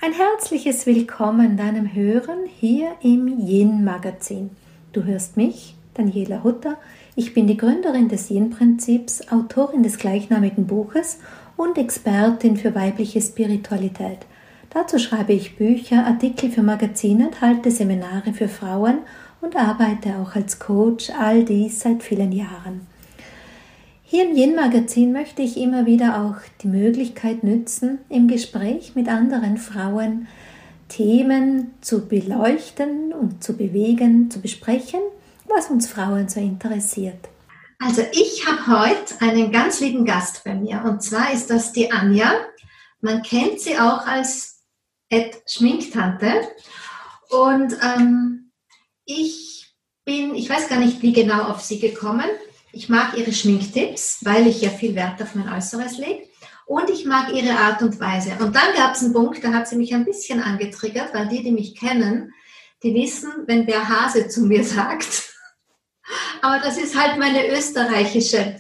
Ein herzliches Willkommen deinem Hören hier im Yin-Magazin. Du hörst mich, Daniela Hutter. Ich bin die Gründerin des Yin-Prinzips, Autorin des gleichnamigen Buches und Expertin für weibliche Spiritualität. Dazu schreibe ich Bücher, Artikel für Magazine, halte Seminare für Frauen und arbeite auch als Coach, all dies seit vielen Jahren. Hier im Yin-Magazin möchte ich immer wieder auch die Möglichkeit nützen, im Gespräch mit anderen Frauen Themen zu beleuchten und zu bewegen, zu besprechen, was uns Frauen so interessiert. Also ich habe heute einen ganz lieben Gast bei mir und zwar ist das die Anja. Man kennt sie auch als Schminktante und ich weiß gar nicht, wie genau auf sie gekommen. Ich mag ihre Schminktipps, weil ich ja viel Wert auf mein Äußeres lege. Und ich mag ihre Art und Weise. Und dann gab es einen Punkt, da hat sie mich ein bisschen angetriggert, weil die mich kennen, die wissen, wenn wer Hase zu mir sagt. Aber das ist halt meine österreichische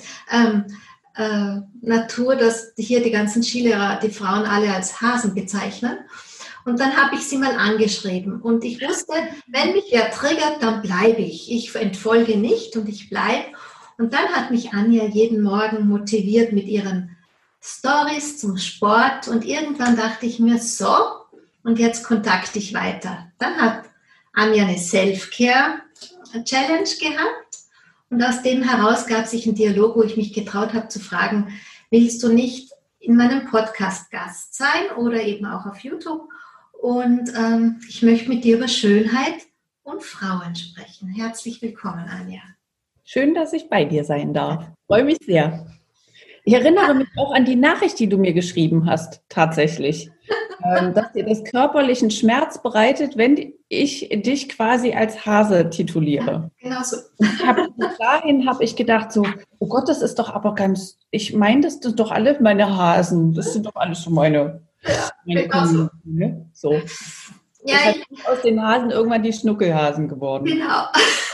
Natur, dass hier die ganzen Skilehrer die Frauen alle als Hasen bezeichnen. Und dann habe ich sie mal angeschrieben. Und ich wusste, wenn mich wer triggert, dann bleibe ich. Ich entfolge nicht und ich bleibe. Und dann hat mich Anja jeden Morgen motiviert mit ihren Stories zum Sport. Und irgendwann dachte ich mir, so, und jetzt kontakte ich weiter. Dann hat Anja eine Self-Care-Challenge gehabt. Und aus dem heraus gab sich ein Dialog, wo ich mich getraut habe zu fragen, willst du nicht in meinem Podcast Gast sein oder eben auch auf YouTube? Und ich möchte mit dir über Schönheit und Frauen sprechen. Herzlich willkommen, Anja. Schön, dass ich bei dir sein darf. Freue mich sehr. Ich erinnere mich auch an die Nachricht, die du mir geschrieben hast, tatsächlich. Dass dir das körperlichen Schmerz bereitet, wenn ich dich quasi als Hase tituliere. Ja, genau so. Bis dahin habe ich gedacht so, oh Gott, das ist doch aber ganz, ich meine, das sind doch alle meine Hasen. Das sind doch alles so meine genau so. Ne? So. Ja, ich aus den Hasen irgendwann die Schnuckelhasen geworden. Genau.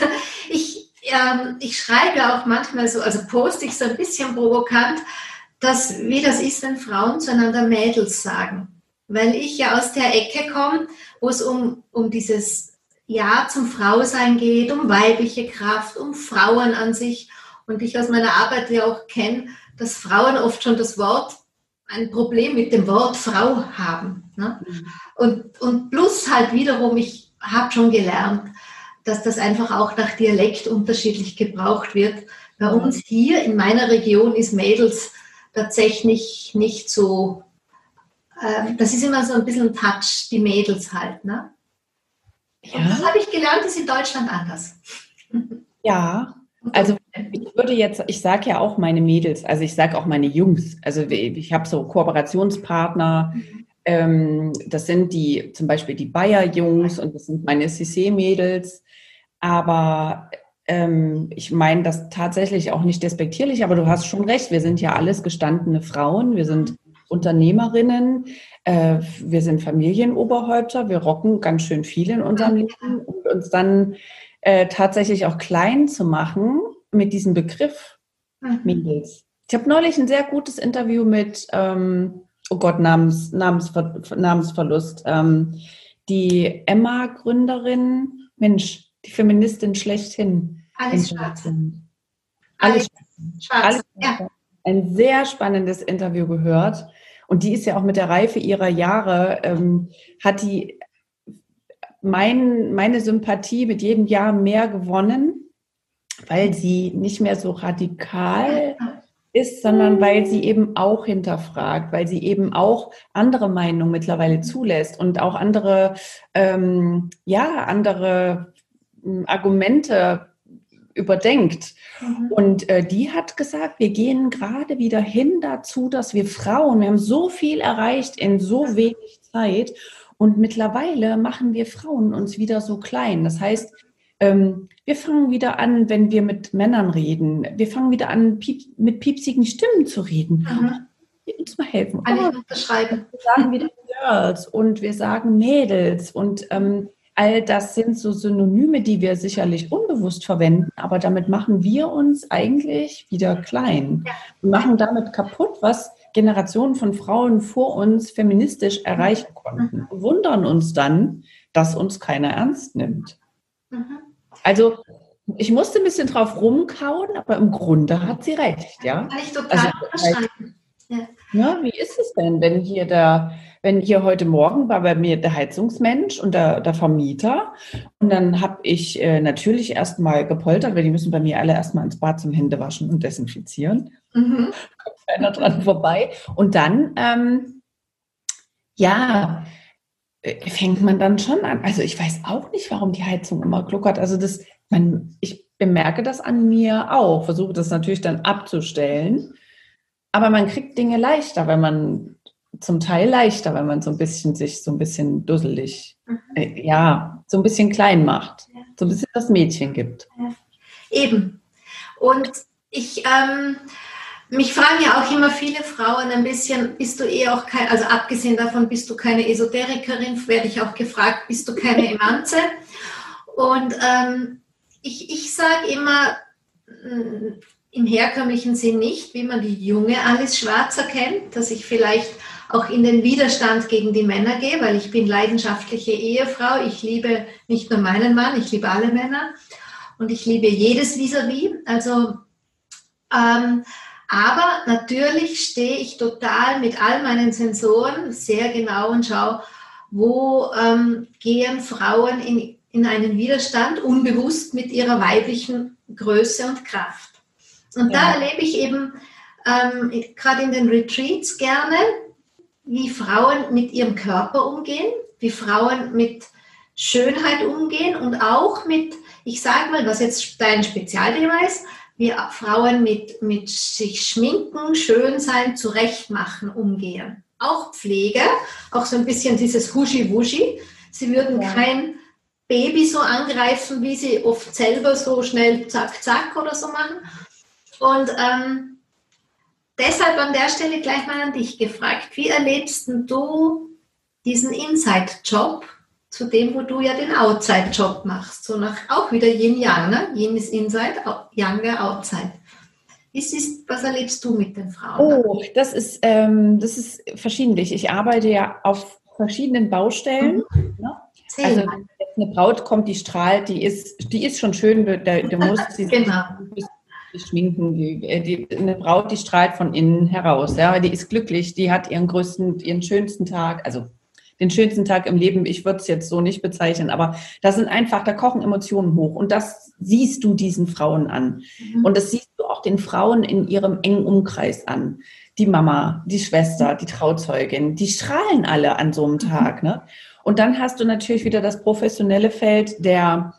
Ich schreibe auch manchmal so, also poste ich so ein bisschen provokant, wie das ist, wenn Frauen zueinander Mädels sagen. Weil ich ja aus der Ecke komme, wo es um dieses Ja zum Frausein geht, um weibliche Kraft, um Frauen an sich. Und ich aus meiner Arbeit ja auch kenne, dass Frauen oft schon ein Problem mit dem Wort Frau haben. Ne? Und plus halt wiederum, ich habe schon gelernt, dass das einfach auch nach Dialekt unterschiedlich gebraucht wird. Bei uns hier in meiner Region ist Mädels tatsächlich nicht so, das ist immer so ein bisschen ein Touch, die Mädels halt. Ne? Ja. Und das habe ich gelernt, ist in Deutschland anders. Ja, also ich sage ja auch meine Mädels, also ich sage auch meine Jungs. Also ich habe so Kooperationspartner, das sind zum Beispiel die Bayer-Jungs und das sind meine CC-Mädels. Aber ich meine das tatsächlich auch nicht despektierlich, aber du hast schon recht, wir sind ja alles gestandene Frauen, wir sind Unternehmerinnen, wir sind Familienoberhäupter, wir rocken ganz schön viel in unserem Leben und uns dann tatsächlich auch klein zu machen mit diesem Begriff Mädels. Ich habe neulich ein sehr gutes Interview mit, Namensverlust, die Emma-Gründerin, Mensch, die Feministin schlechthin. Alles schwarz. Alles schwarz. Ja. Ein sehr spannendes Interview gehört. Und die ist ja auch mit der Reife ihrer Jahre, hat die meine Sympathie mit jedem Jahr mehr gewonnen, weil sie nicht mehr so radikal ist, sondern weil sie eben auch hinterfragt, weil sie eben auch andere Meinungen mittlerweile zulässt und auch andere Argumente überdenkt. Und die hat gesagt, wir gehen gerade wieder hin dazu, dass wir haben so viel erreicht in so wenig Zeit und mittlerweile machen wir Frauen uns wieder so klein. Das heißt, wir fangen wieder an, wenn wir mit Männern reden. Wir fangen wieder an, mit piepsigen Stimmen zu reden. Uns mal helfen. Wir sagen wieder Girls und wir sagen Mädels und all das sind so Synonyme, die wir sicherlich unbewusst verwenden, aber damit machen wir uns eigentlich wieder klein. Wir machen damit kaputt, was Generationen von Frauen vor uns feministisch erreichen konnten und wundern uns dann, dass uns keiner ernst nimmt. Also ich musste ein bisschen drauf rumkauen, aber im Grunde hat sie recht, ja. Kann ich total unterschreiben. Ja, wie ist es denn, wenn hier heute Morgen war bei mir der Heizungsmensch und der Vermieter und dann habe ich natürlich erstmal gepoltert, weil die müssen bei mir alle erstmal ins Bad zum Händewaschen und desinfizieren. Kommt keiner dran vorbei. Und dann, fängt man dann schon an. Also ich weiß auch nicht, warum die Heizung immer gluckert. Also ich bemerke das an mir auch, versuche das natürlich dann abzustellen. Aber man kriegt Dinge leichter, wenn man so ein bisschen sich so ein bisschen dusselig, so ein bisschen klein macht, so ein bisschen das Mädchen gibt. Ja. Eben. Und mich fragen ja auch immer viele Frauen ein bisschen, bist du auch also abgesehen davon, bist du keine Esoterikerin, werde ich auch gefragt, bist du keine Emanze? Und ich sage immer, im herkömmlichen Sinn nicht, wie man die junge Alice Schwarzer kennt, dass ich vielleicht auch in den Widerstand gegen die Männer gehe, weil ich bin leidenschaftliche Ehefrau. Ich liebe nicht nur meinen Mann, ich liebe alle Männer und ich liebe jedes Vis-à-vis. Also, aber natürlich stehe ich total mit all meinen Sensoren sehr genau und schaue, wo gehen Frauen in einen Widerstand, unbewusst mit ihrer weiblichen Größe und Kraft. Und da erlebe ich eben gerade in den Retreats gerne, wie Frauen mit ihrem Körper umgehen, wie Frauen mit Schönheit umgehen und auch mit, ich sage mal, was jetzt dein Spezialthema ist, wie Frauen mit sich schminken, schön sein, zurechtmachen umgehen. Auch Pflege, auch so ein bisschen dieses Huschi-Wuschi. Sie würden kein Baby so angreifen, wie sie oft selber so schnell zack, zack oder so machen. Und deshalb an der Stelle gleich mal an dich gefragt, wie erlebst du diesen Inside-Job zu dem, wo du ja den Outside-Job machst? So nach auch wieder Yin-Yang, ne? Yin ist Inside, Yang der Outside. Was erlebst du mit den Frauen? Oh, das ist verschiedentlich. Ich arbeite ja auf verschiedenen Baustellen. Ne? Also eine Braut kommt, die strahlt, die ist schon schön, du musst sie schminken. Eine Braut, die strahlt von innen heraus. Ja, die ist glücklich, die hat ihren schönsten Tag, also den schönsten Tag im Leben. Ich würde es jetzt so nicht bezeichnen, aber da kochen Emotionen hoch und das siehst du diesen Frauen an. Und das siehst du auch den Frauen in ihrem engen Umkreis an. Die Mama, die Schwester, die Trauzeugin, die strahlen alle an so einem Tag. Ne? Und dann hast du natürlich wieder das professionelle Feld der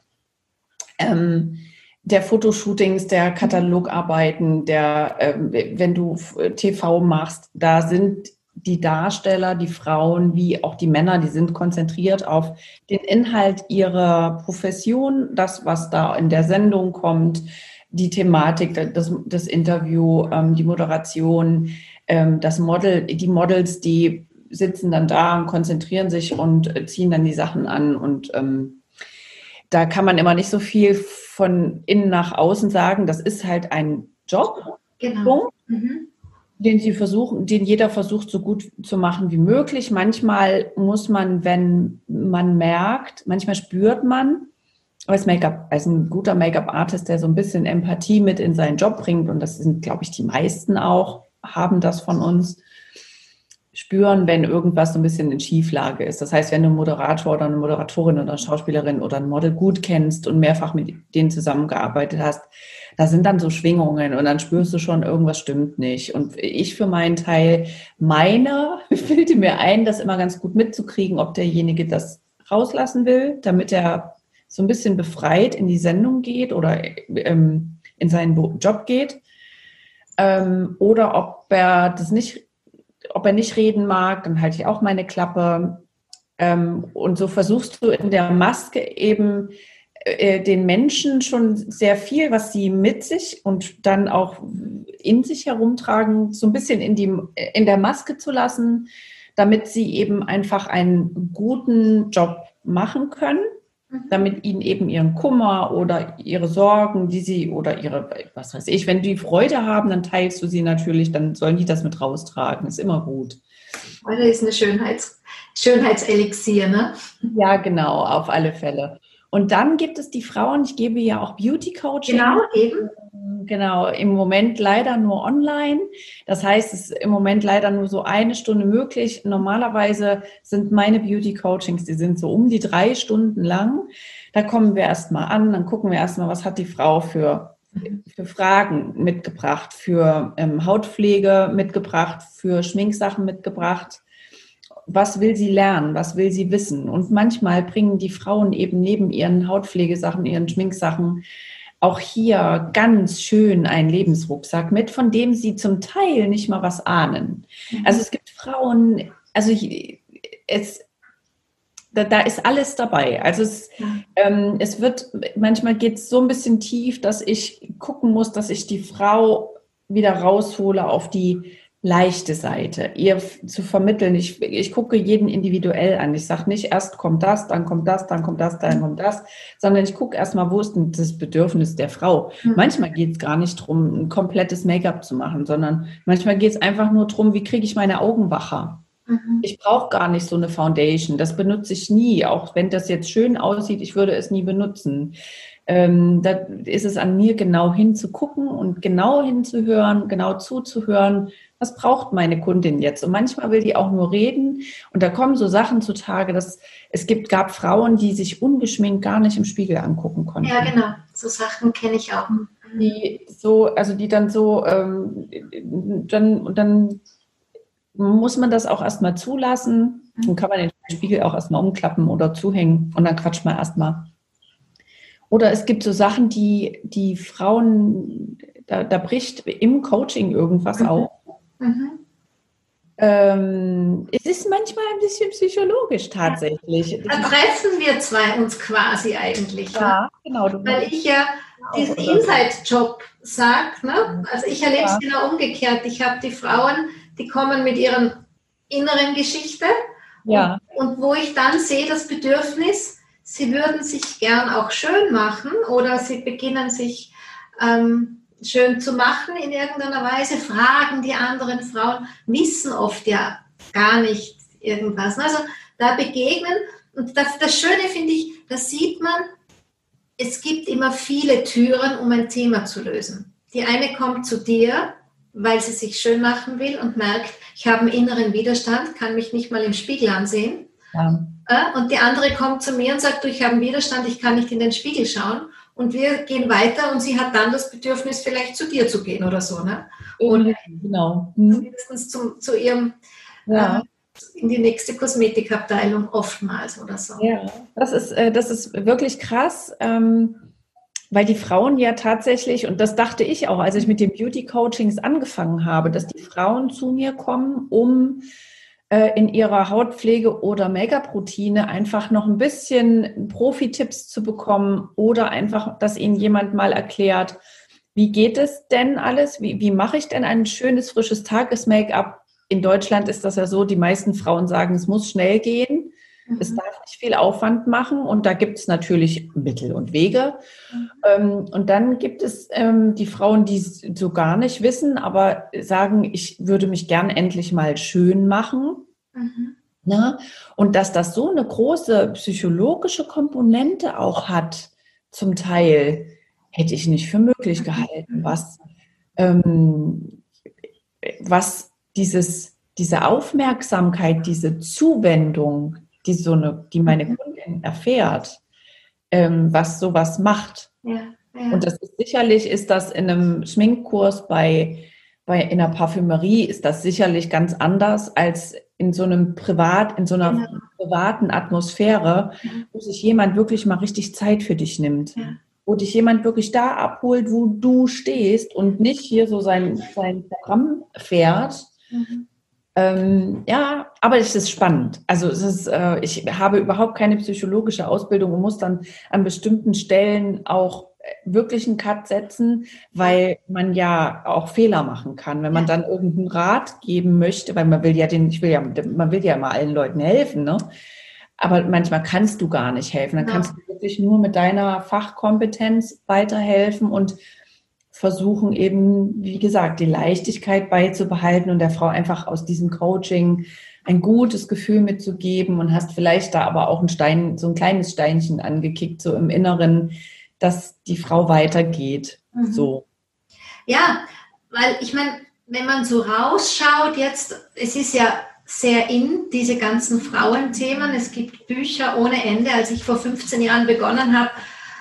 Fotoshootings, der Katalogarbeiten, wenn du TV machst, da sind die Darsteller, die Frauen wie auch die Männer, die sind konzentriert auf den Inhalt ihrer Profession, das, was da in der Sendung kommt, die Thematik, das Interview, die Moderation, die Models, die sitzen dann da und konzentrieren sich und ziehen dann die Sachen an und da kann man immer nicht so viel von innen nach außen sagen. Das ist halt ein Job, den jeder versucht, so gut zu machen wie möglich. Manchmal muss man, wenn man merkt, manchmal spürt man, als ein guter Make-up-Artist, der so ein bisschen Empathie mit in seinen Job bringt, und das sind, glaube ich, die meisten auch, haben das von uns, spüren, wenn irgendwas so ein bisschen in Schieflage ist. Das heißt, wenn du einen Moderator oder eine Moderatorin oder eine Schauspielerin oder ein Model gut kennst und mehrfach mit denen zusammengearbeitet hast, da sind dann so Schwingungen und dann spürst du schon, irgendwas stimmt nicht. Und ich für meinen Teil bilde mir ein, das immer ganz gut mitzukriegen, ob derjenige das rauslassen will, damit er so ein bisschen befreit in die Sendung geht oder in seinen Job geht, oder ob er nicht reden mag, dann halte ich auch meine Klappe. Und so versuchst du in der Maske eben den Menschen schon sehr viel, was sie mit sich und dann auch in sich herumtragen, so ein bisschen in der Maske zu lassen, damit sie eben einfach einen guten Job machen können. damit ihnen eben ihren Kummer oder ihre Sorgen, die sie oder ihre, was weiß ich, wenn die Freude haben, dann teilst du sie natürlich, dann sollen die das mit raustragen. Ist immer gut. Freude ist eine Schönheitselixier, ne? Ja, genau, auf alle Fälle. Und dann gibt es die Frauen, ich gebe ja auch Beauty-Coaching. Genau, eben. Genau, im Moment leider nur online. Das heißt, es ist im Moment leider nur so 1 Stunde möglich. Normalerweise sind meine Beauty-Coachings, die sind so um die 3 Stunden lang. Da kommen wir erstmal an, dann gucken wir erstmal, was hat die Frau für Fragen mitgebracht, für Hautpflege mitgebracht, für Schminksachen mitgebracht. Was will sie lernen? Was will sie wissen? Und manchmal bringen die Frauen eben neben ihren Hautpflegesachen, ihren Schminksachen auch hier ganz schön einen Lebensrucksack mit, von dem sie zum Teil nicht mal was ahnen. Also es gibt Frauen, also da ist alles dabei. Also es wird, manchmal geht es so ein bisschen tief, dass ich gucken muss, dass ich die Frau wieder raushole auf die leichte Seite, ihr zu vermitteln. Ich gucke jeden individuell an. Ich sage nicht, erst kommt das, dann kommt das, dann kommt das, dann kommt das, sondern ich gucke erstmal, wo ist denn das Bedürfnis der Frau. Manchmal geht es gar nicht darum, ein komplettes Make-up zu machen, sondern manchmal geht es einfach nur darum, wie kriege ich meine Augen wacher. Ich brauche gar nicht so eine Foundation. Das benutze ich nie, auch wenn das jetzt schön aussieht, ich würde es nie benutzen. Da ist es an mir, genau hinzugucken und genau hinzuhören, genau zuzuhören, was braucht meine Kundin jetzt? Und manchmal will die auch nur reden und da kommen so Sachen zutage, dass gab Frauen, die sich ungeschminkt gar nicht im Spiegel angucken konnten. Ja, genau. So Sachen kenne ich auch. Die dann muss man das auch erstmal zulassen. Dann kann man den Spiegel auch erstmal umklappen oder zuhängen und dann quatscht man erstmal. Oder es gibt so Sachen, die Frauen, da bricht im Coaching irgendwas auf. Es ist manchmal ein bisschen psychologisch tatsächlich. Da treffen wir zwei uns quasi eigentlich. Ja, ne? genau. Weil ich ja diesen Inside-Job sage. Ne? Also ich erlebe es genau umgekehrt. Ich habe die Frauen, die kommen mit ihrer inneren Geschichte. Ja. Und wo ich dann sehe das Bedürfnis, sie würden sich gern auch schön machen oder sie beginnen sich schön zu machen in irgendeiner Weise, fragen die anderen Frauen, wissen oft ja gar nicht irgendwas. Also da begegnen und das Schöne finde ich, da sieht man, es gibt immer viele Türen, um ein Thema zu lösen. Die eine kommt zu dir, weil sie sich schön machen will und merkt, ich habe einen inneren Widerstand, kann mich nicht mal im Spiegel ansehen. Ja. Und die andere kommt zu mir und sagt, du, ich habe einen Widerstand, ich kann nicht in den Spiegel schauen. Und wir gehen weiter und sie hat dann das Bedürfnis, vielleicht zu dir zu gehen oder so. Ne? Oder genau. Mindestens zu ihrem, in die nächste Kosmetikabteilung oftmals oder so. Ja, das ist wirklich krass, weil die Frauen ja tatsächlich, und das dachte ich auch, als ich mit den Beauty-Coachings angefangen habe, dass die Frauen zu mir kommen, um in ihrer Hautpflege oder Make-up-Routine einfach noch ein bisschen Profi-Tipps zu bekommen oder einfach, dass ihnen jemand mal erklärt, wie geht es denn alles? Wie mache ich denn ein schönes, frisches Tages-Make-up? In Deutschland ist das ja so, die meisten Frauen sagen, es muss schnell gehen. Es darf nicht viel Aufwand machen und da gibt es natürlich Mittel und Wege. Und dann gibt es die Frauen, die es so gar nicht wissen, aber sagen, ich würde mich gern endlich mal schön machen. Ne? Und dass das so eine große psychologische Komponente auch hat, zum Teil, hätte ich nicht für möglich gehalten, was diese Aufmerksamkeit, diese Zuwendung, die meine Kundin erfährt, was sowas macht. Ja. Und ist das in einem Schminkkurs in einer Parfümerie ist das sicherlich ganz anders als in so einer privaten Atmosphäre, wo sich jemand wirklich mal richtig Zeit für dich nimmt. Ja. Wo dich jemand wirklich da abholt, wo du stehst und nicht hier so sein Programm fährt. Aber es ist spannend. Also ich habe überhaupt keine psychologische Ausbildung und muss dann an bestimmten Stellen auch wirklich einen Cut setzen, weil man ja auch Fehler machen kann, wenn man dann irgendeinen Rat geben möchte, weil man will ja immer allen Leuten helfen, ne? aber manchmal kannst du gar nicht helfen. Dann kannst du wirklich nur mit deiner Fachkompetenz weiterhelfen und versuchen eben, wie gesagt, die Leichtigkeit beizubehalten und der Frau einfach aus diesem Coaching ein gutes Gefühl mitzugeben und hast vielleicht da aber auch so ein kleines Steinchen angekickt, so im Inneren, dass die Frau weitergeht. So. Ja, weil ich meine, wenn man so rausschaut jetzt, es ist ja sehr diese ganzen Frauenthemen. Es gibt Bücher ohne Ende. Als ich vor 15 Jahren begonnen habe,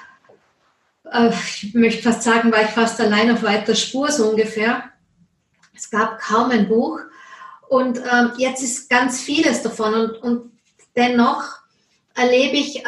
ich möchte fast sagen, war ich fast allein auf weiter Spur, so ungefähr. Es gab kaum ein Buch. Und jetzt ist ganz vieles davon. Und dennoch erlebe ich,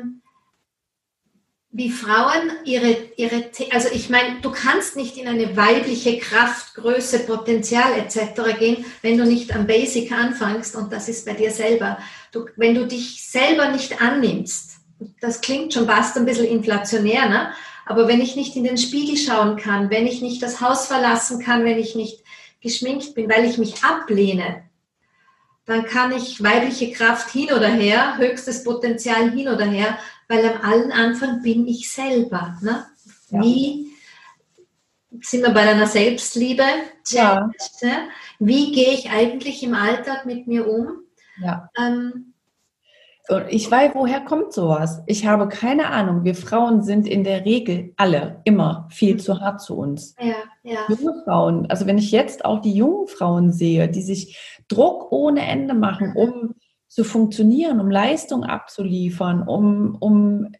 wie Frauen also ich meine, du kannst nicht in eine weibliche Kraft, Größe, Potenzial etc. gehen, wenn du nicht am Basic anfängst, und das ist bei dir selber. Wenn du dich selber nicht annimmst, das klingt schon fast ein bisschen inflationär, ne? Aber wenn ich nicht in den Spiegel schauen kann, wenn ich nicht das Haus verlassen kann, wenn ich nicht geschminkt bin, weil ich mich ablehne, dann kann ich weibliche Kraft hin oder her, höchstes Potenzial hin oder her, weil am allen Anfang bin ich selber. Ne? Ja. Wie sind wir bei deiner Selbstliebe? Ja. Wie gehe ich eigentlich im Alltag mit mir um? Ja. Und ich weiß, woher kommt sowas? Ich habe keine Ahnung. Wir Frauen sind in der Regel alle immer viel zu hart zu uns. Ja, ja. Junge Frauen, also wenn ich jetzt auch die jungen Frauen sehe, die sich Druck ohne Ende machen, um zu funktionieren, um Leistung abzuliefern, um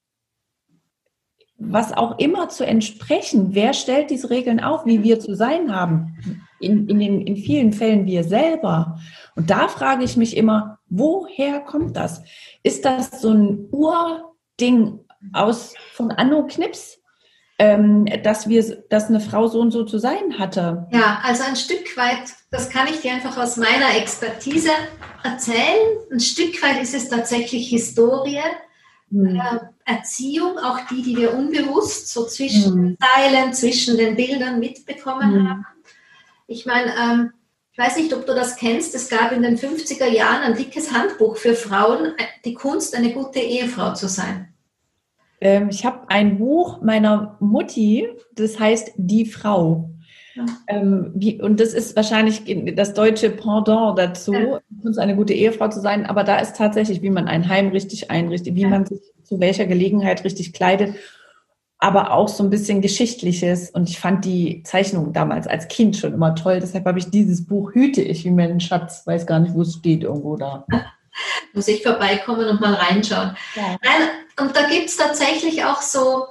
was auch immer zu entsprechen. Wer stellt diese Regeln auf, wie wir zu sein haben? In vielen Fällen wir selber. Und da frage ich mich immer, woher kommt das? Ist das so ein Urding von Anno Knips, dass eine Frau so und so zu sein hatte? Ja, also ein Stück weit, das kann ich dir einfach aus meiner Expertise erzählen. Ein Stück weit ist es tatsächlich Historie, Erziehung, auch die wir unbewusst so zwischen den Zeilen, zwischen den Bildern mitbekommen haben. Ich meine, ich weiß nicht, ob du das kennst, es gab in den 50er Jahren ein dickes Handbuch für Frauen, die Kunst, eine gute Ehefrau zu sein. Ich habe ein Buch meiner Mutti, das heißt Die Frau. Ja. Und das ist wahrscheinlich das deutsche Pendant dazu, Kunst, eine gute Ehefrau zu sein. Aber da ist tatsächlich, wie man ein Heim richtig einrichtet, wie man sich zu welcher Gelegenheit richtig kleidet, aber auch so ein bisschen Geschichtliches. Und ich fand die Zeichnung damals als Kind schon immer toll. Deshalb habe ich dieses Buch, hüte ich wie mein Schatz. Weiß gar nicht, wo es steht, irgendwo da. Muss ich vorbeikommen und mal reinschauen. Ja. Nein, und da gibt es tatsächlich auch so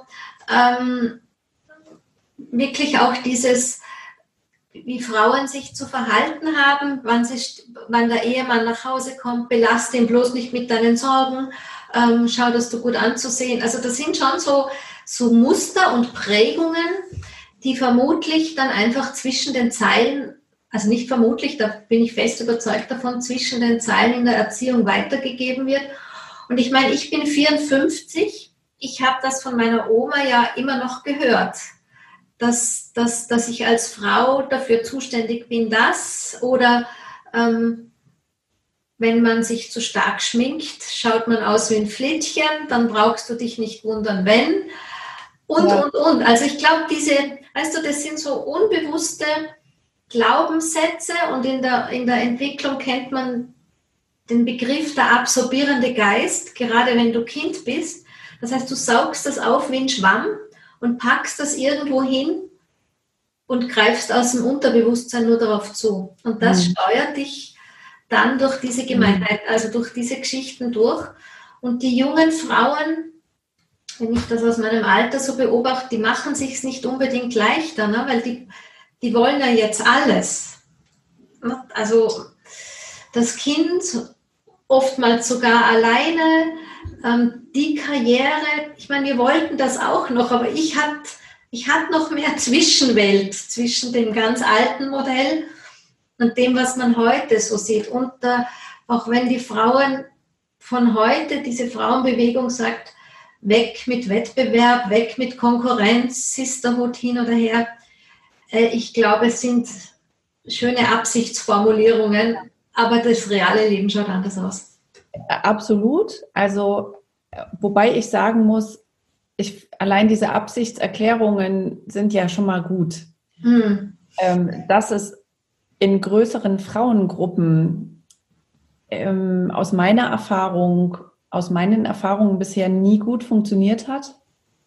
wirklich auch dieses, wie Frauen sich zu verhalten haben, wann der Ehemann nach Hause kommt, belaste ihn bloß nicht mit deinen Sorgen, schau, dass du gut anzusehen. Also das sind schon so Muster und Prägungen, die vermutlich dann einfach zwischen den Zeilen, also nicht vermutlich, da bin ich fest überzeugt davon, zwischen den Zeilen in der Erziehung weitergegeben wird. Und ich meine, ich bin 54, ich habe das von meiner Oma ja immer noch gehört, dass ich als Frau dafür zuständig bin, oder wenn man sich zu stark schminkt, schaut man aus wie ein Flittchen, dann brauchst du dich nicht wundern, wenn. Und. Also ich glaube, das sind so unbewusste Glaubenssätze, und in der Entwicklung kennt man den Begriff der absorbierende Geist, gerade wenn du Kind bist. Das heißt, du saugst das auf wie ein Schwamm und packst das irgendwo hin und greifst aus dem Unterbewusstsein nur darauf zu. Und das steuert dich dann durch diese Gemeinheit, also durch diese Geschichten durch. Und die jungen Frauen, wenn ich das aus meinem Alter so beobachte, die machen es sich nicht unbedingt leichter, ne? Weil die wollen ja jetzt alles. Also das Kind, oftmals sogar alleine, die Karriere, ich meine, wir wollten das auch noch, aber ich hatte noch mehr Zwischenwelt zwischen dem ganz alten Modell und dem, was man heute so sieht. Und auch wenn die Frauen von heute, diese Frauenbewegung sagt, weg mit Wettbewerb, weg mit Konkurrenz, Sisterhood hin oder her, ich glaube, es sind schöne Absichtsformulierungen, aber das reale Leben schaut anders aus. Absolut. Also, wobei ich sagen muss, allein diese Absichtserklärungen sind ja schon mal gut. Dass es in größeren Frauengruppen aus meinen Erfahrungen bisher nie gut funktioniert hat.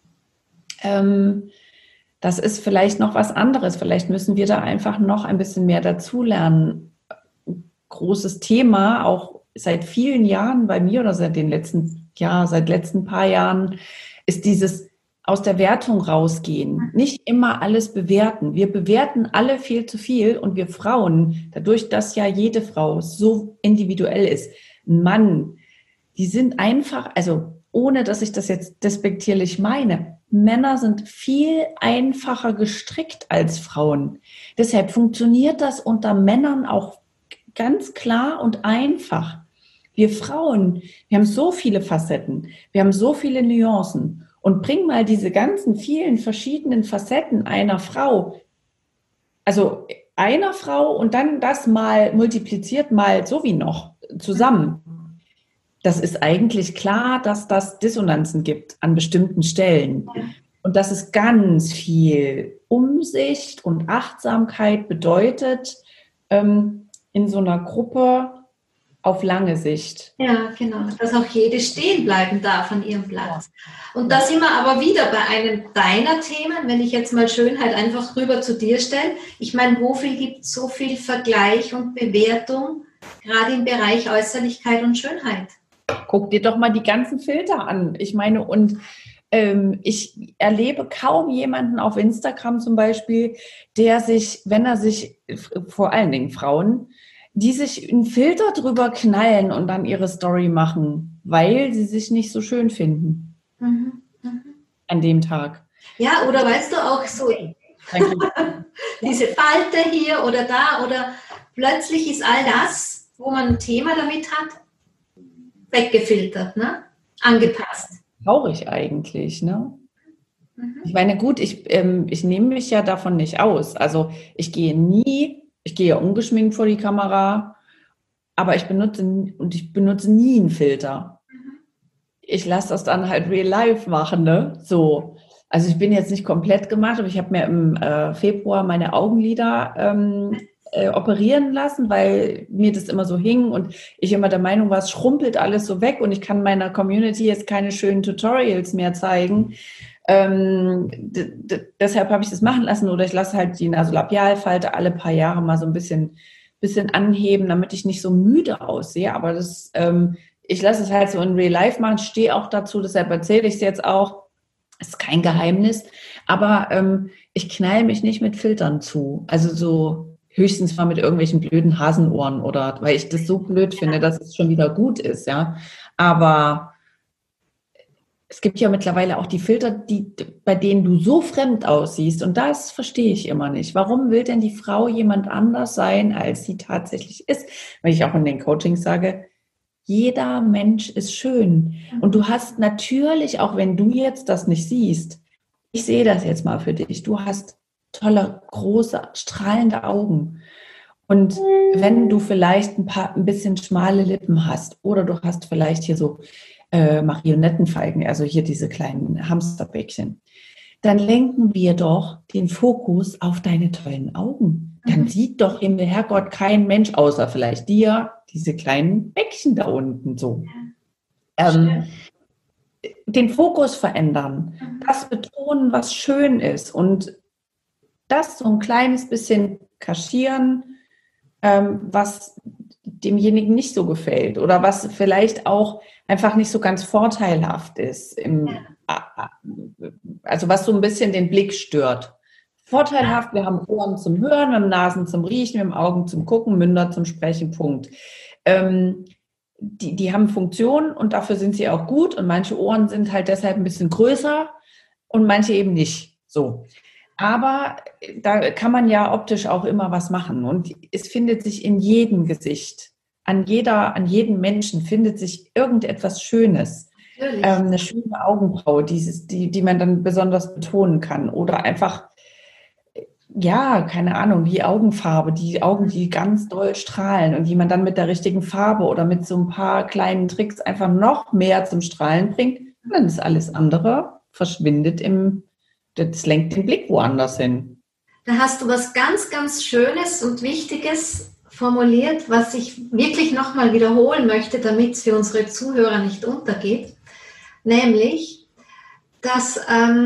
Das ist vielleicht noch was anderes. Vielleicht müssen wir da einfach noch ein bisschen mehr dazulernen. Großes Thema, auch seit vielen Jahren bei mir oder seit letzten paar Jahren, ist dieses aus der Wertung rausgehen. Nicht immer alles bewerten. Wir bewerten alle viel zu viel und wir Frauen, dadurch, dass ja jede Frau so individuell ist, ein Mann, die sind einfach, also ohne dass ich das jetzt despektierlich meine, Männer sind viel einfacher gestrickt als Frauen. Deshalb funktioniert das unter Männern auch ganz klar und einfach. Wir Frauen, wir haben so viele Facetten, wir haben so viele Nuancen und bring mal diese ganzen vielen verschiedenen Facetten einer Frau, also einer Frau und dann das mal multipliziert mal so wie noch zusammen. Das ist eigentlich klar, dass das Dissonanzen gibt an bestimmten Stellen und dass es ganz viel Umsicht und Achtsamkeit bedeutet, in so einer Gruppe auf lange Sicht. Ja, genau. Dass auch jede stehen bleiben darf an ihrem Platz. Und da sind wir aber wieder bei einem deiner Themen, wenn ich jetzt mal Schönheit einfach rüber zu dir stelle. Ich meine, wofür gibt es so viel Vergleich und Bewertung, gerade im Bereich Äußerlichkeit und Schönheit? Guck dir doch mal die ganzen Filter an. Ich meine, und ich erlebe kaum jemanden auf Instagram zum Beispiel, der sich, wenn er sich, vor allen Dingen Frauen, die sich einen Filter drüber knallen und dann ihre Story machen, weil sie sich nicht so schön finden an dem Tag. Ja, oder weißt du auch so, diese Falte hier oder da oder plötzlich ist all das, wo man ein Thema damit hat, weggefiltert, ne? Angepasst. Traurig eigentlich, ne? Ich meine, gut, ich nehme mich ja davon nicht aus. Also ich gehe ja ungeschminkt vor die Kamera, aber ich benutze nie einen Filter. Ich lasse das dann halt real life machen, ne? So. Also ich bin jetzt nicht komplett gemacht, aber ich habe mir im Februar meine Augenlider operieren lassen, weil mir das immer so hing und ich immer der Meinung war, es schrumpelt alles so weg und ich kann meiner Community jetzt keine schönen Tutorials mehr zeigen. Deshalb habe ich das machen lassen oder ich lasse halt die Nasolabialfalte alle paar Jahre mal so ein bisschen anheben, damit ich nicht so müde aussehe. Aber ich lasse es halt so in Real Life machen, stehe auch dazu, deshalb erzähle ich es jetzt auch. Ist kein Geheimnis, aber ich knall mich nicht mit Filtern zu. Also so höchstens mal mit irgendwelchen blöden Hasenohren oder weil ich das so blöd finde, dass es schon wieder gut ist, ja. Aber es gibt ja mittlerweile auch die Filter, bei denen du so fremd aussiehst und das verstehe ich immer nicht. Warum will denn die Frau jemand anders sein, als sie tatsächlich ist? Weil ich auch in den Coachings sage, jeder Mensch ist schön und du hast natürlich, auch wenn du jetzt das nicht siehst, ich sehe das jetzt mal für dich, du hast tolle, große, strahlende Augen. Und wenn du vielleicht ein bisschen schmale Lippen hast oder du hast vielleicht hier so Marionettenfalten, also hier diese kleinen Hamsterbäckchen, dann lenken wir doch den Fokus auf deine tollen Augen. Dann sieht doch Himmel, Herrgott, kein Mensch, außer vielleicht dir, diese kleinen Bäckchen da unten so. Den Fokus verändern, das betonen, was schön ist und das so ein kleines bisschen kaschieren, was demjenigen nicht so gefällt oder was vielleicht auch einfach nicht so ganz vorteilhaft ist, also was so ein bisschen den Blick stört. Vorteilhaft, wir haben Ohren zum Hören, wir haben Nasen zum Riechen, wir haben Augen zum Gucken, Münder zum Sprechen, Punkt. Die haben Funktionen und dafür sind sie auch gut und manche Ohren sind halt deshalb ein bisschen größer und manche eben nicht so. Aber da kann man ja optisch auch immer was machen und es findet sich in jedem Gesicht, an jedem Menschen findet sich irgendetwas Schönes. Eine schöne Augenbraue, die man dann besonders betonen kann oder einfach ja, keine Ahnung, die Augenfarbe, die Augen, die ganz doll strahlen und die man dann mit der richtigen Farbe oder mit so ein paar kleinen Tricks einfach noch mehr zum Strahlen bringt, dann ist alles andere verschwindet das lenkt den Blick woanders hin. Da hast du was ganz, ganz Schönes und Wichtiges formuliert, was ich wirklich nochmal wiederholen möchte, damit es für unsere Zuhörer nicht untergeht. Nämlich, dass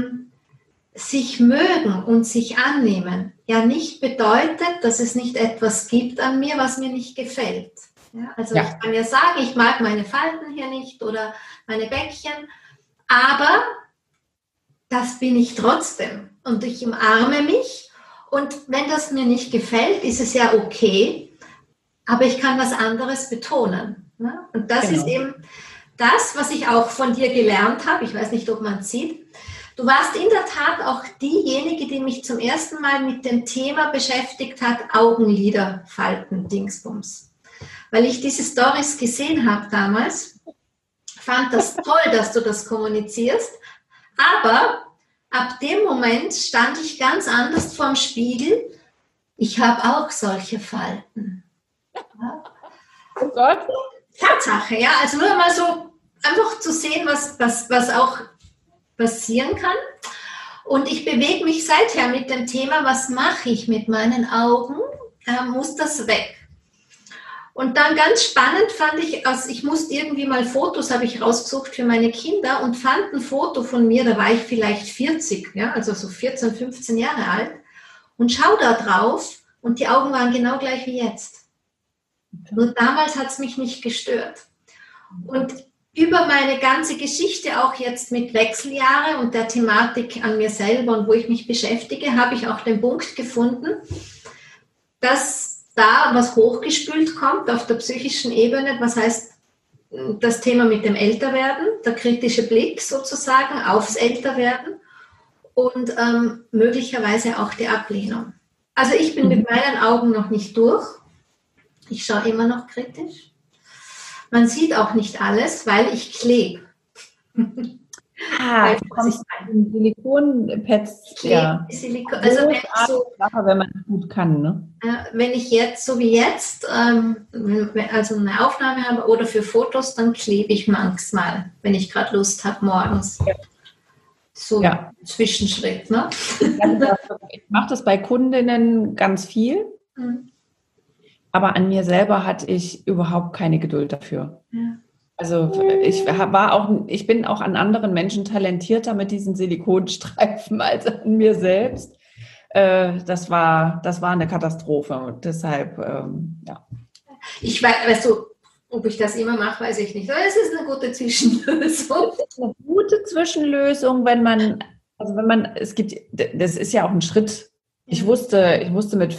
sich mögen und sich annehmen ja nicht bedeutet, dass es nicht etwas gibt an mir, was mir nicht gefällt. Ja, also ich kann ja sagen, ich mag meine Falten hier nicht oder meine Bäckchen, aber das bin ich trotzdem und ich umarme mich und wenn das mir nicht gefällt, ist es ja okay, aber ich kann was anderes betonen. Ne? Und das ist eben das, was ich auch von dir gelernt habe. Ich weiß nicht, ob man es sieht. Du warst in der Tat auch diejenige, die mich zum ersten Mal mit dem Thema beschäftigt hat, Augenlider falten, Dingsbums. Weil ich diese Storys gesehen habe damals, fand das toll, dass du das kommunizierst, aber ab dem Moment stand ich ganz anders vorm Spiegel. Ich habe auch solche Falten. Ja. Oh Gott. Tatsache, ja, also nur mal so einfach zu sehen, was auch passieren kann. Und ich bewege mich seither mit dem Thema, was mache ich mit meinen Augen? Muss das weg? Und dann ganz spannend fand ich, also ich musste irgendwie mal Fotos, habe ich rausgesucht für meine Kinder und fand ein Foto von mir, da war ich vielleicht 40, ja, also so 14, 15 Jahre alt und schaue da drauf und die Augen waren genau gleich wie jetzt. Nur damals hat es mich nicht gestört. Und über meine ganze Geschichte, auch jetzt mit Wechseljahre und der Thematik an mir selber und wo ich mich beschäftige, habe ich auch den Punkt gefunden, dass da was hochgespült kommt auf der psychischen Ebene, was heißt das Thema mit dem Älterwerden, der kritische Blick sozusagen aufs Älterwerden und möglicherweise auch die Ablehnung. Also ich bin mit meinen Augen noch nicht durch. Ich schaue immer noch kritisch. Man sieht auch nicht alles, weil ich klebe. Silikonpads. Ja. Also wenn man es gut kann, ne? Wenn ich jetzt, so wie jetzt, also eine Aufnahme habe oder für Fotos, dann klebe ich manchmal, wenn ich gerade Lust habe, morgens. Ja. So ein Zwischenschritt, ne? Ich mache das bei Kundinnen ganz viel. Aber an mir selber hatte ich überhaupt keine Geduld dafür. Ja. Also ich bin auch an anderen Menschen talentierter mit diesen Silikonstreifen als an mir selbst. Das war eine Katastrophe. Und deshalb, ja. Ich weiß, weißt du, ob ich das immer mache, weiß ich nicht. Aber es ist eine gute Zwischenlösung. Es ist eine gute Zwischenlösung, das ist ja auch ein Schritt. Ich wusste mit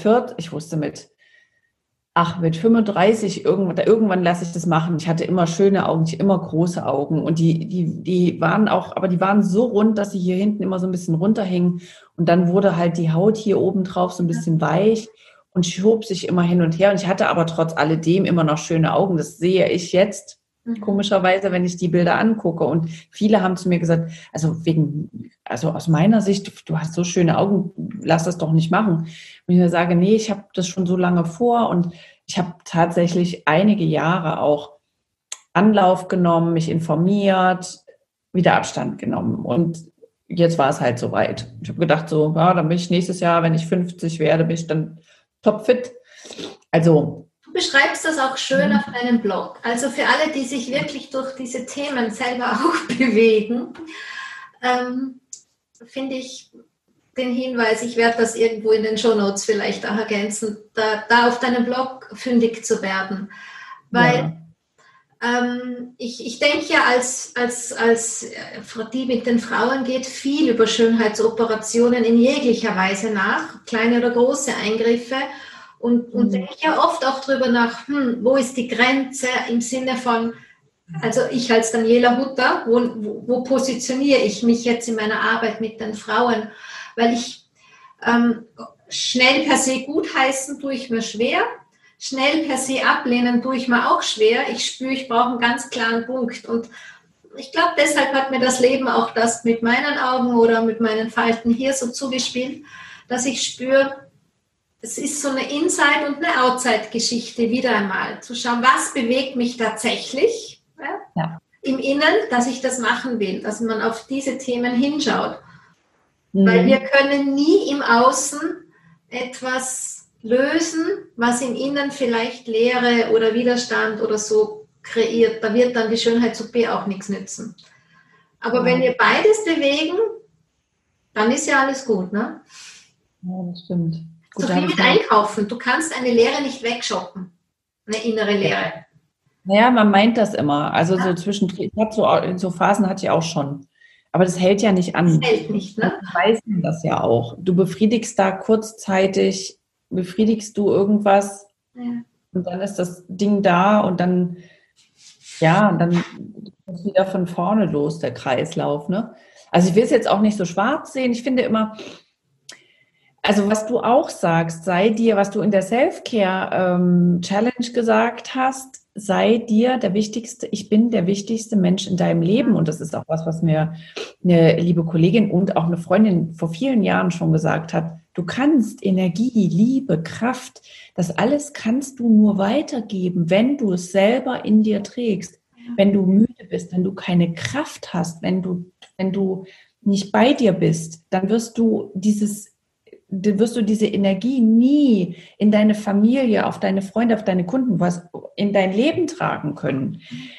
35, irgendwann lasse ich das machen. Ich hatte immer schöne Augen, immer große Augen. Und die waren so rund, dass sie hier hinten immer so ein bisschen runterhingen. Und dann wurde halt die Haut hier oben drauf so ein bisschen weich und schob sich immer hin und her. Und ich hatte aber trotz alledem immer noch schöne Augen. Das sehe ich jetzt komischerweise, wenn ich die Bilder angucke. Und viele haben zu mir gesagt, also aus meiner Sicht, du hast so schöne Augen, lass das doch nicht machen. Und ich sage, nee, ich habe das schon so lange vor und ich habe tatsächlich einige Jahre auch Anlauf genommen, mich informiert, wieder Abstand genommen. Und jetzt war es halt soweit. Ich habe gedacht, dann bin ich nächstes Jahr, wenn ich 50 werde, bin ich dann topfit. Also du beschreibst das auch schön auf deinem Blog. Also für alle, die sich wirklich durch diese Themen selber auch bewegen, finde ich den Hinweis, ich werde das irgendwo in den Shownotes vielleicht auch ergänzen, da auf deinem Blog fündig zu werden. Weil ich denke ja, als die mit den Frauen geht viel über Schönheitsoperationen in jeglicher Weise nach, kleine oder große Eingriffe. Und denke ja oft auch darüber nach, wo ist die Grenze im Sinne von, also ich als Daniela Hutter, wo positioniere ich mich jetzt in meiner Arbeit mit den Frauen? Weil ich schnell per se gutheißen tue ich mir schwer, schnell per se ablehnen tue ich mir auch schwer. Ich spüre, ich brauche einen ganz klaren Punkt. Und ich glaube, deshalb hat mir das Leben auch das mit meinen Augen oder mit meinen Falten hier so zugespielt, dass ich spüre, es ist so eine Inside- und eine Outside-Geschichte wieder einmal. Zu schauen, was bewegt mich tatsächlich im Innen, dass ich das machen will, dass man auf diese Themen hinschaut. Weil wir können nie im Außen etwas lösen, was im Innen vielleicht Leere oder Widerstand oder so kreiert. Da wird dann die Schönheits-OP auch nichts nützen. Aber wenn wir beides bewegen, dann ist ja alles gut, ne? Ja, das stimmt. Gut, so viel mit Einkaufen. Du kannst eine Leere nicht wegshoppen. Eine innere Leere. Naja, man meint das immer. Also so zwischendrin, so Phasen hatte ich auch schon. Aber das hält ja nicht an. Das hält nicht, ne? Du weißt das ja auch. Du befriedigst da kurzzeitig, befriedigst du irgendwas und dann ist das Ding da und dann, dann ist wieder von vorne los, der Kreislauf, ne? Also ich will es jetzt auch nicht so schwarz sehen. Ich finde immer, also was du auch sagst, was du in der Self-Care-Challenge gesagt hast, sei dir der wichtigste, ich bin der wichtigste Mensch in deinem Leben. Und das ist auch was mir eine liebe Kollegin und auch eine Freundin vor vielen Jahren schon gesagt hat. Du kannst Energie, Liebe, Kraft, das alles kannst du nur weitergeben, wenn du es selber in dir trägst. Wenn du müde bist, wenn du keine Kraft hast, wenn du nicht bei dir bist, dann wirst du diese Energie nie in deine Familie, auf deine Freunde, auf deine Kunden, in dein Leben tragen können.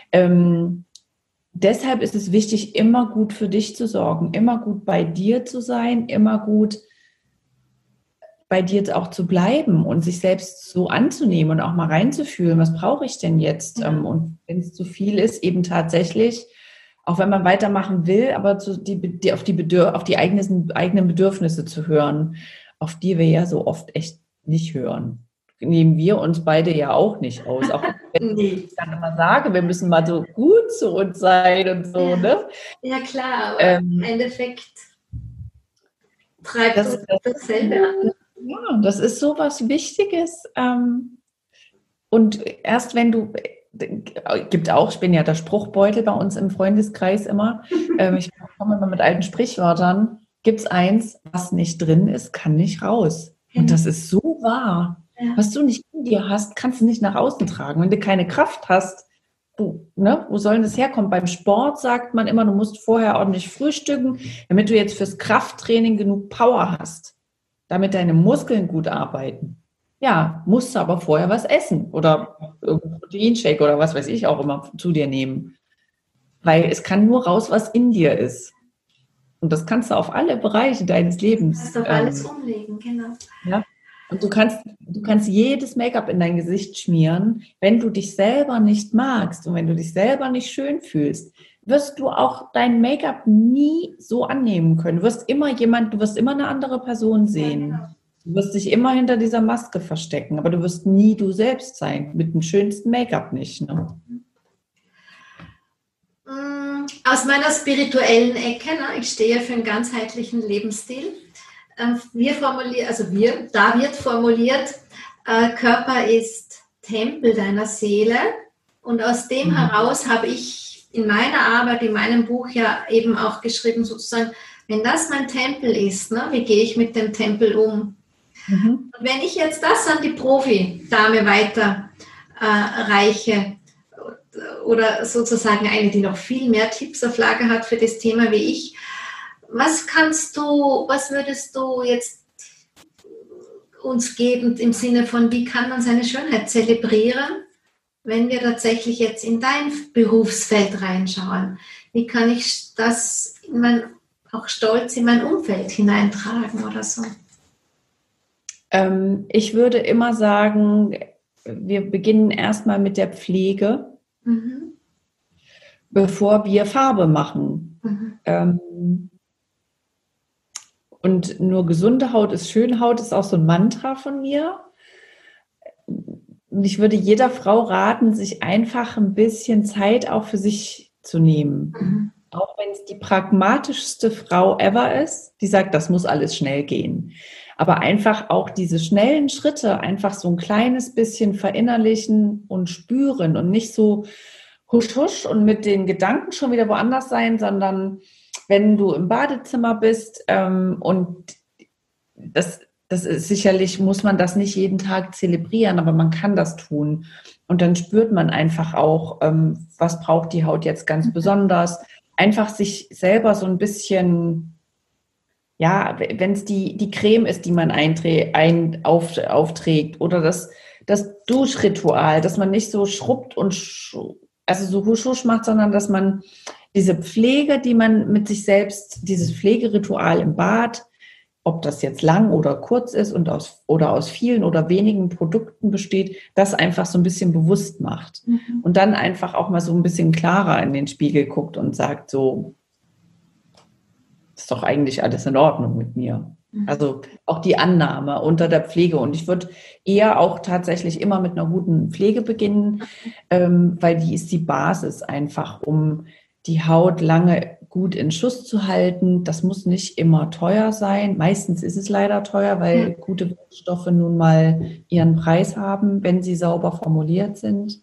Deshalb ist es wichtig, immer gut für dich zu sorgen, immer gut bei dir zu sein, immer gut bei dir auch zu bleiben und sich selbst so anzunehmen und auch mal reinzufühlen, was brauche ich denn jetzt? Und wenn es zu viel ist, eben tatsächlich, auch wenn man weitermachen will, aber auf die eigenen Bedürfnisse zu hören, auf die wir ja so oft echt nicht hören. Nehmen wir uns beide ja auch nicht aus. Auch wenn ich dann immer sage, wir müssen mal so gut zu uns sein und so, ja. Ne? Ja klar, aber im Endeffekt treibt uns dasselbe an. Ja, das ist so was Wichtiges. Und erst wenn du, ich bin ja der Spruchbeutel bei uns im Freundeskreis immer, ich komme immer mit alten Sprichwörtern, gibt es eins, was nicht drin ist, kann nicht raus. Und das ist so wahr. Ja. Was du nicht in dir hast, kannst du nicht nach außen tragen. Wenn du keine Kraft hast, wo soll das herkommen? Beim Sport sagt man immer, du musst vorher ordentlich frühstücken, damit du jetzt fürs Krafttraining genug Power hast, damit deine Muskeln gut arbeiten. Ja, musst du aber vorher was essen oder irgendein Proteinshake oder was weiß ich auch immer zu dir nehmen. Weil es kann nur raus, was in dir ist. Und das kannst du auf alle Bereiche deines Lebens. Du kannst auf alles umlegen, genau. Ja? Und du kannst jedes Make-up in dein Gesicht schmieren. Wenn du dich selber nicht magst und wenn du dich selber nicht schön fühlst, wirst du auch dein Make-up nie so annehmen können. Du wirst immer eine andere Person sehen. Ja, genau. Du wirst dich immer hinter dieser Maske verstecken, aber du wirst nie du selbst sein. Mit dem schönsten Make-up nicht. Ne? Aus meiner spirituellen Ecke, ich stehe für einen ganzheitlichen Lebensstil. Da wird formuliert, Körper ist Tempel deiner Seele. Und aus dem heraus habe ich in meiner Arbeit, in meinem Buch ja eben auch geschrieben, sozusagen, wenn das mein Tempel ist, wie gehe ich mit dem Tempel um? Und wenn ich jetzt das an die Profi-Dame weiterreiche, oder sozusagen eine, die noch viel mehr Tipps auf Lager hat für das Thema wie ich, was würdest du jetzt uns geben im Sinne von, wie kann man seine Schönheit zelebrieren, wenn wir tatsächlich jetzt in dein Berufsfeld reinschauen? Wie kann ich das auch stolz in mein Umfeld hineintragen oder so? Ich würde immer sagen, wir beginnen erstmal mit der Pflege, bevor wir Farbe machen. Und nur gesunde Haut ist schöne Haut, ist auch so ein Mantra von mir. Und ich würde jeder Frau raten, sich einfach ein bisschen Zeit auch für sich zu nehmen. Auch wenn es die pragmatischste Frau ever ist, die sagt, das muss alles schnell gehen. Aber einfach auch diese schnellen Schritte einfach so ein kleines bisschen verinnerlichen und spüren und nicht so husch husch und mit den Gedanken schon wieder woanders sein, sondern wenn du im Badezimmer bist und das ist sicherlich, muss man das nicht jeden Tag zelebrieren, aber man kann das tun. Und dann spürt man einfach auch, was braucht die Haut jetzt ganz besonders. Einfach sich selber so ein bisschen, ja, wenn es die Creme ist, die man aufträgt oder das Duschritual, dass man nicht so schrubbt und also so husch husch macht, sondern dass man diese Pflege, die man mit sich selbst, dieses Pflegeritual im Bad, ob das jetzt lang oder kurz ist und aus vielen oder wenigen Produkten besteht, das einfach so ein bisschen bewusst macht. Und dann einfach auch mal so ein bisschen klarer in den Spiegel guckt und sagt so, ist doch eigentlich alles in Ordnung mit mir. Also auch die Annahme unter der Pflege. Und ich würde eher auch tatsächlich immer mit einer guten Pflege beginnen, weil die ist die Basis einfach, um die Haut lange gut in Schuss zu halten. Das muss nicht immer teuer sein. Meistens ist es leider teuer, weil gute Wirkstoffe nun mal ihren Preis haben, wenn sie sauber formuliert sind.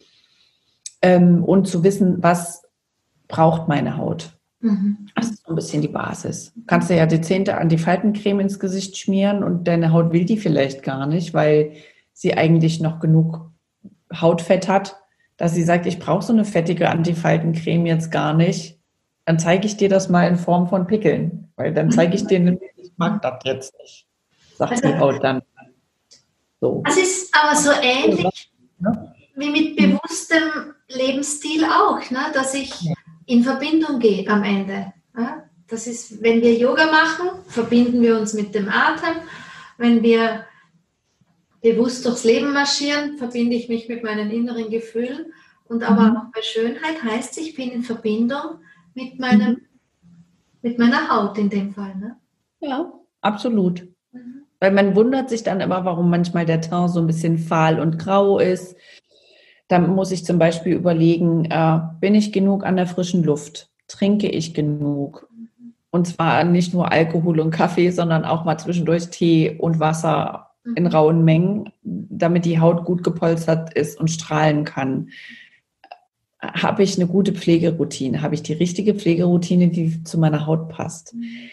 Und zu wissen, was braucht meine Haut. Das ist so ein bisschen die Basis. Du kannst dir ja dezente Antifaltencreme ins Gesicht schmieren und deine Haut will die vielleicht gar nicht, weil sie eigentlich noch genug Hautfett hat, dass sie sagt, ich brauche so eine fettige Antifaltencreme jetzt gar nicht. Dann zeige ich dir das mal in Form von Pickeln, weil dann zeige ich dir, ich mag das jetzt nicht, sagt die Haut dann. So. Das ist aber so ähnlich wie mit bewusstem Lebensstil auch, ne? Dass ich in Verbindung gehe am Ende. Ja? Das ist, wenn wir Yoga machen, verbinden wir uns mit dem Atem. Wenn wir bewusst durchs Leben marschieren, verbinde ich mich mit meinen inneren Gefühlen. Und aber auch bei Schönheit heißt, ich bin in Verbindung mit meiner Haut in dem Fall. Ne? Ja, absolut. Weil man wundert sich dann immer, warum manchmal der Teint so ein bisschen fahl und grau ist. Dann muss ich zum Beispiel überlegen, bin ich genug an der frischen Luft? Trinke ich genug? Und zwar nicht nur Alkohol und Kaffee, sondern auch mal zwischendurch Tee und Wasser in rauen Mengen, damit die Haut gut gepolstert ist und strahlen kann. Habe ich eine gute Pflegeroutine? Habe ich die richtige Pflegeroutine, die zu meiner Haut passt?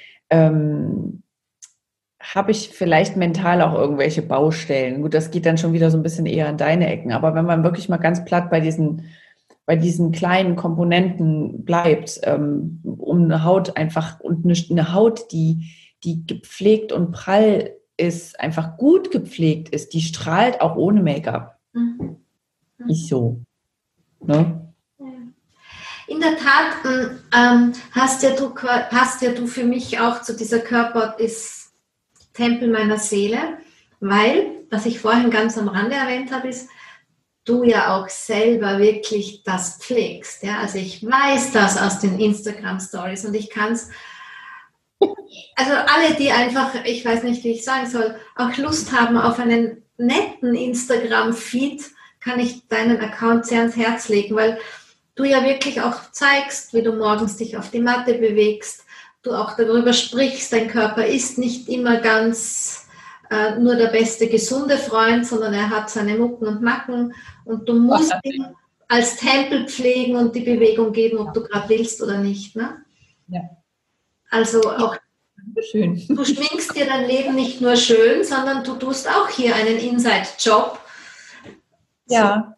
Habe ich vielleicht mental auch irgendwelche Baustellen? Gut, das geht dann schon wieder so ein bisschen eher in deine Ecken. Aber wenn man wirklich mal ganz platt bei diesen kleinen Komponenten bleibt, um eine Haut einfach und eine Haut, die gepflegt und prall ist, einfach gut gepflegt ist, die strahlt auch ohne Make-up. Nicht so. Ne? In der Tat passt ja du für mich auch zu dieser Körper ist Tempel meiner Seele, weil, was ich vorhin ganz am Rande erwähnt habe, ist, du ja auch selber wirklich das pflegst. Ja? Also ich weiß das aus den Instagram-Stories und ich kann es, also alle, die einfach, ich weiß nicht, wie ich sagen soll, auch Lust haben auf einen netten Instagram-Feed, kann ich deinen Account sehr ans Herz legen, weil du ja wirklich auch zeigst, wie du morgens dich auf die Matte bewegst, du auch darüber sprichst, dein Körper ist nicht immer ganz nur der beste, gesunde Freund, sondern er hat seine Mucken und Macken und du musst ihn als Tempel pflegen und die Bewegung geben, ob du gerade willst oder nicht. Ne? Ja. Also auch schön. Du schminkst dir dein Leben nicht nur schön, sondern du tust auch hier einen Inside-Job. Ja.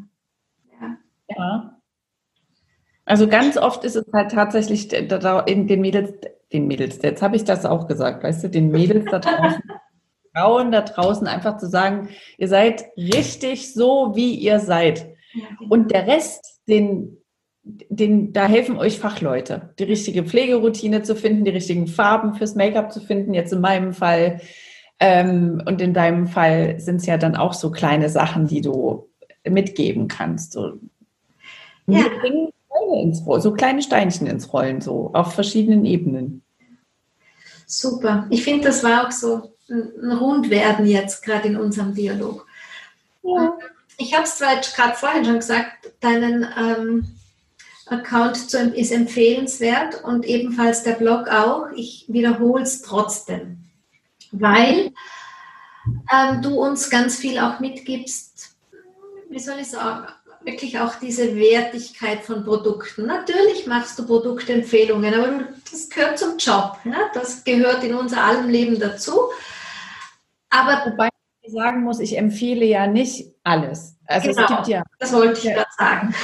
Ja. Also ganz oft ist es halt tatsächlich in den Mädels, jetzt habe ich das auch gesagt, weißt du, den Mädels da draußen, Frauen da draußen einfach zu sagen, ihr seid richtig so, wie ihr seid. Ja, genau. Und der Rest, da helfen euch Fachleute, die richtige Pflegeroutine zu finden, die richtigen Farben fürs Make-up zu finden, jetzt in meinem Fall. Und in deinem Fall sind es ja dann auch so kleine Sachen, die du mitgeben kannst. So. Ja. Wir bringen so kleine Steinchen ins Rollen, so auf verschiedenen Ebenen. Super. Ich finde, das war auch so ein Rundwerden jetzt gerade in unserem Dialog. Ja. Ich habe es zwar gerade vorhin schon gesagt, deinen Account ist empfehlenswert und ebenfalls der Blog auch. Ich wiederhole es trotzdem, weil du uns ganz viel auch mitgibst, wie soll ich sagen, wirklich auch diese Wertigkeit von Produkten. Natürlich machst du Produktempfehlungen, aber das gehört zum Job. Ne? Das gehört in unser allem Leben dazu. Aber wobei ich sagen muss, ich empfehle ja nicht alles. Also genau, es gibt ja, das wollte ich gerade sagen.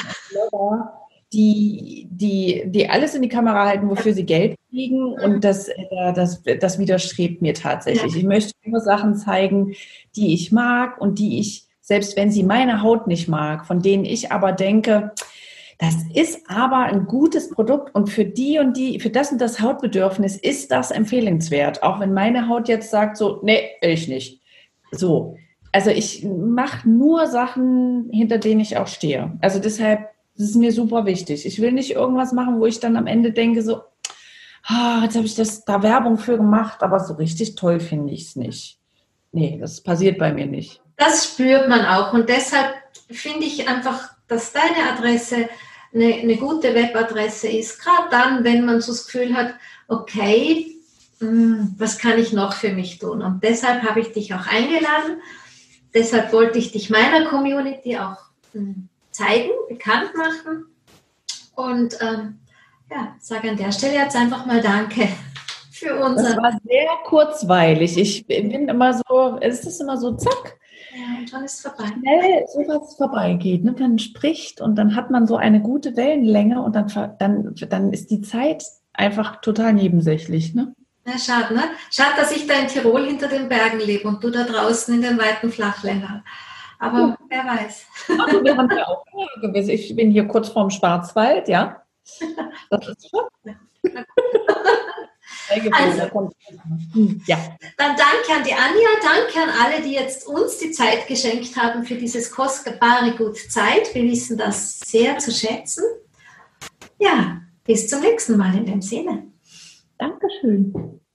die alles in die Kamera halten, wofür sie Geld kriegen, und das widerstrebt mir tatsächlich. Ich möchte nur Sachen zeigen, die ich mag und die ich, selbst wenn sie meine Haut nicht mag, von denen ich aber denke, das ist aber ein gutes Produkt und für die und die, für das und das Hautbedürfnis ist das empfehlenswert, auch wenn meine Haut jetzt sagt so, nee, will ich nicht. So, also ich mache nur Sachen, hinter denen ich auch stehe. Also deshalb, das ist mir super wichtig. Ich will nicht irgendwas machen, wo ich dann am Ende denke so, jetzt habe ich da Werbung für gemacht, aber so richtig toll finde ich es nicht. Nee, das passiert bei mir nicht. Das spürt man auch und deshalb finde ich einfach, dass deine Adresse eine gute Webadresse ist, gerade dann, wenn man so das Gefühl hat, okay, was kann ich noch für mich tun? Und deshalb habe ich dich auch eingeladen, deshalb wollte ich dich meiner Community auch zeigen, bekannt machen und sage an der Stelle jetzt einfach mal Danke für unser... Das war sehr kurzweilig. Ich bin immer so, es ist immer so, zack. Ja, und dann ist es vorbei. Schnell sowas vorbeigeht. Ne? Man spricht und dann hat man so eine gute Wellenlänge und dann ist die Zeit einfach total nebensächlich. Ne? Ja, schade, ne? Schade, dass ich da in Tirol hinter den Bergen lebe und du da draußen in den weiten Flachländern. Aber wer weiß. Also, wir haben ja auch gewesen. Ich bin hier kurz vorm Schwarzwald, ja. Das ist schon. Also, ja. Dann danke an die Anja, danke an alle, die jetzt uns die Zeit geschenkt haben für dieses kostbare Gut Zeit. Wir wissen das sehr zu schätzen. Ja, bis zum nächsten Mal in dem Sinne. Dankeschön.